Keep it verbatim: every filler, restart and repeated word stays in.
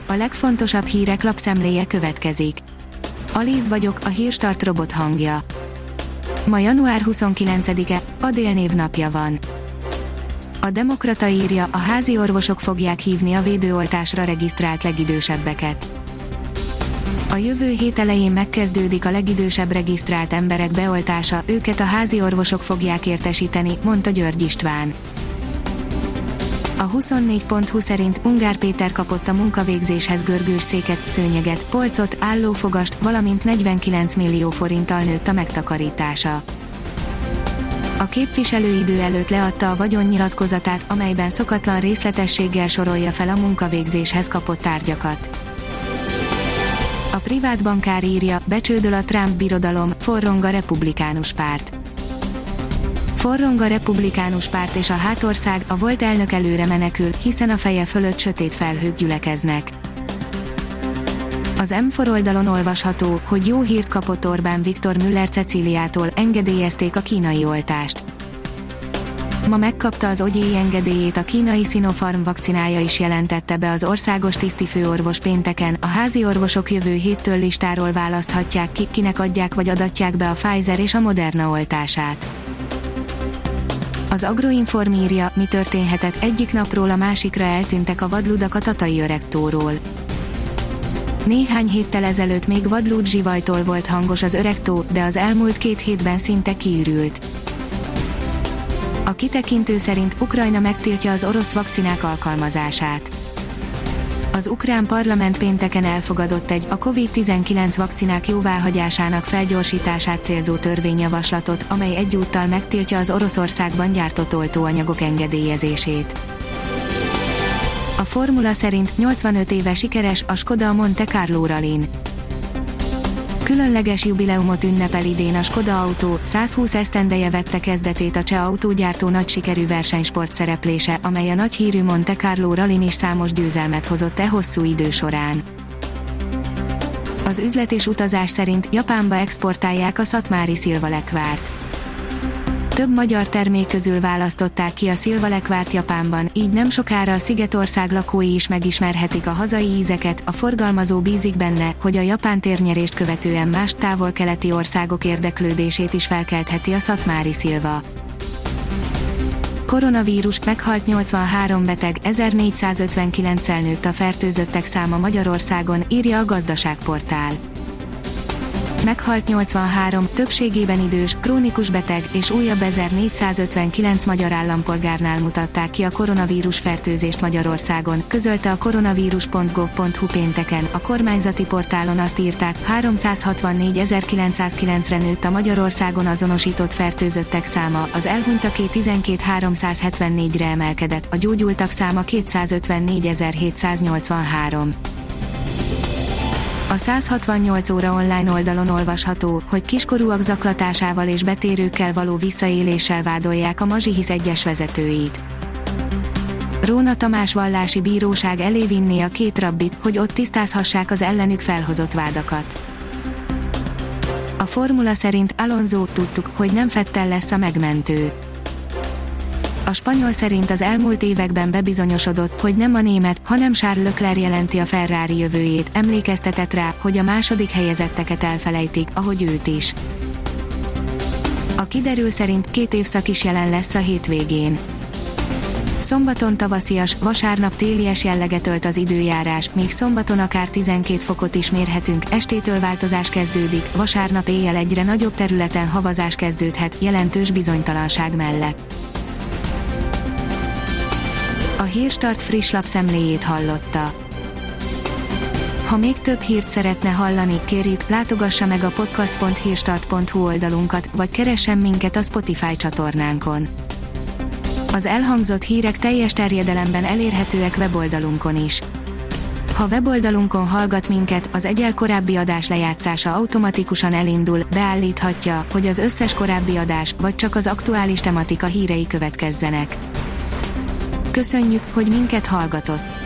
A legfontosabb hírek lapszemléje következik. Alíz vagyok, a Hírstart robot hangja. Ma január huszonkilencedike, Adél névnapja van. A Demokrata írja, a házi orvosok fogják hívni a védőoltásra regisztrált legidősebbeket. A jövő hét elején megkezdődik a legidősebb regisztrált emberek beoltása, őket a házi orvosok fogják értesíteni, mondta György István. A huszonnégy pont hu szerint Ungár Péter kapott a munkavégzéshez görgős széket, szőnyeget, polcot, állófogast, valamint negyvenkilenc millió forinttal nőtt a megtakarítása. A képviselőidő előtt leadta a vagyonnyilatkozatát, amelyben szokatlan részletességgel sorolja fel a munkavégzéshez kapott tárgyakat. A privát bankár írja, becsődöl a Trump birodalom, forrong a republikánus párt. Forrong a republikánus párt és a hátország, a volt elnök előre menekül, hiszen a feje fölött sötét felhők gyülekeznek. Az M négy oldalon olvasható, hogy jó hírt kapott Orbán Viktor Müller Cecíliától, engedélyezték a kínai oltást. Ma megkapta az ogyi engedélyét a kínai Sinopharm vakcinája is, jelentette be az országos tisztifőorvos pénteken. A házi orvosok jövő héttől listáról választhatják ki, kinek adják vagy adatják be a Pfizer és a Moderna oltását. Az Agroinform írja, mi történhetett, egyik napról a másikra eltűntek a vadludak a tatai öregtóról. Néhány héttel ezelőtt még vadlúd zsivajtól volt hangos az öregtó, de az elmúlt két hétben szinte kiürült. A kitekintő szerint Ukrajna megtiltja az orosz vakcinák alkalmazását. Az ukrán parlament pénteken elfogadott egy, a kovid tizenkilenc vakcinák jóváhagyásának felgyorsítását célzó törvényjavaslatot, amely egyúttal megtiltja az Oroszországban gyártott oltóanyagok engedélyezését. A formula szerint nyolcvanöt éve sikeres a Skoda a Monte Carlo rallyn. Különleges jubileumot ünnepel idén a Skoda Autó, százhúsz esztendeje vette kezdetét a cseh autógyártó nagy sikerű versenysport szereplése, amely a nagyhírű Monte Carlo rallyn is számos győzelmet hozott e hosszú idő során. Az üzlet és utazás szerint Japánba exportálják a szatmári szilvalekvárt. Több magyar termék közül választották ki a szilvalekvárt Japánban, így nem sokára a Szigetország lakói is megismerhetik a hazai ízeket. A forgalmazó bízik benne, hogy a japán térnyerést követően más távol-keleti országok érdeklődését is felkeltheti a szatmári szilva. Koronavírus, meghalt nyolcvanhárom beteg, ezernégyszázötvenkilenccel nőtt a fertőzöttek száma Magyarországon, írja a Gazdaságportál. Meghalt nyolcvanhárom, többségében idős, krónikus beteg, és újabb ezernégyszázötvenkilenc magyar állampolgárnál mutatták ki a koronavírus fertőzést Magyarországon, közölte a koronavírus pont gov pont hu pénteken. A kormányzati portálon azt írták, háromszázhatvannégy-ezerkilencszázkilencre nőtt a Magyarországon azonosított fertőzöttek száma, az elhunytaké tizenkétezer-háromszázhetvennégyre emelkedett, a gyógyultak száma kétszázötvennégyezer-hétszáznyolcvanhárom. A száz hatvannyolc óra online oldalon olvasható, hogy kiskorúak zaklatásával és betérőkkel való visszaéléssel vádolják a Mazsihisz egyes vezetőit. Róna Tamás vallási bíróság elé vinné a két rabbit, hogy ott tisztázhassák az ellenük felhozott vádakat. A formula szerint Alonso, tudtuk, hogy nem Vettel lesz a megmentő. A spanyol szerint az elmúlt években bebizonyosodott, hogy nem a német, hanem Charles Leclerc jelenti a Ferrari jövőjét, emlékeztetett rá, hogy a második helyezetteket elfelejtik, ahogy őt is. A kiderül szerint két évszak is jelen lesz a hétvégén. Szombaton tavaszias, vasárnap télies jelleget ölt az időjárás, míg szombaton akár tizenkét fokot is mérhetünk, estétől változás kezdődik, vasárnap éjjel egyre nagyobb területen havazás kezdődhet, jelentős bizonytalanság mellett. A Hírstart friss lapszemléjét hallotta. Ha még több hírt szeretne hallani, kérjük, látogassa meg a podcast pont hírstart pont hu oldalunkat, vagy keressen minket a Spotify csatornánkon. Az elhangzott hírek teljes terjedelemben elérhetőek weboldalunkon is. Ha weboldalunkon hallgat minket, az egyel korábbi adás lejátszása automatikusan elindul, beállíthatja, hogy az összes korábbi adás, vagy csak az aktuális tematika hírei következzenek. Köszönjük, hogy minket hallgatott!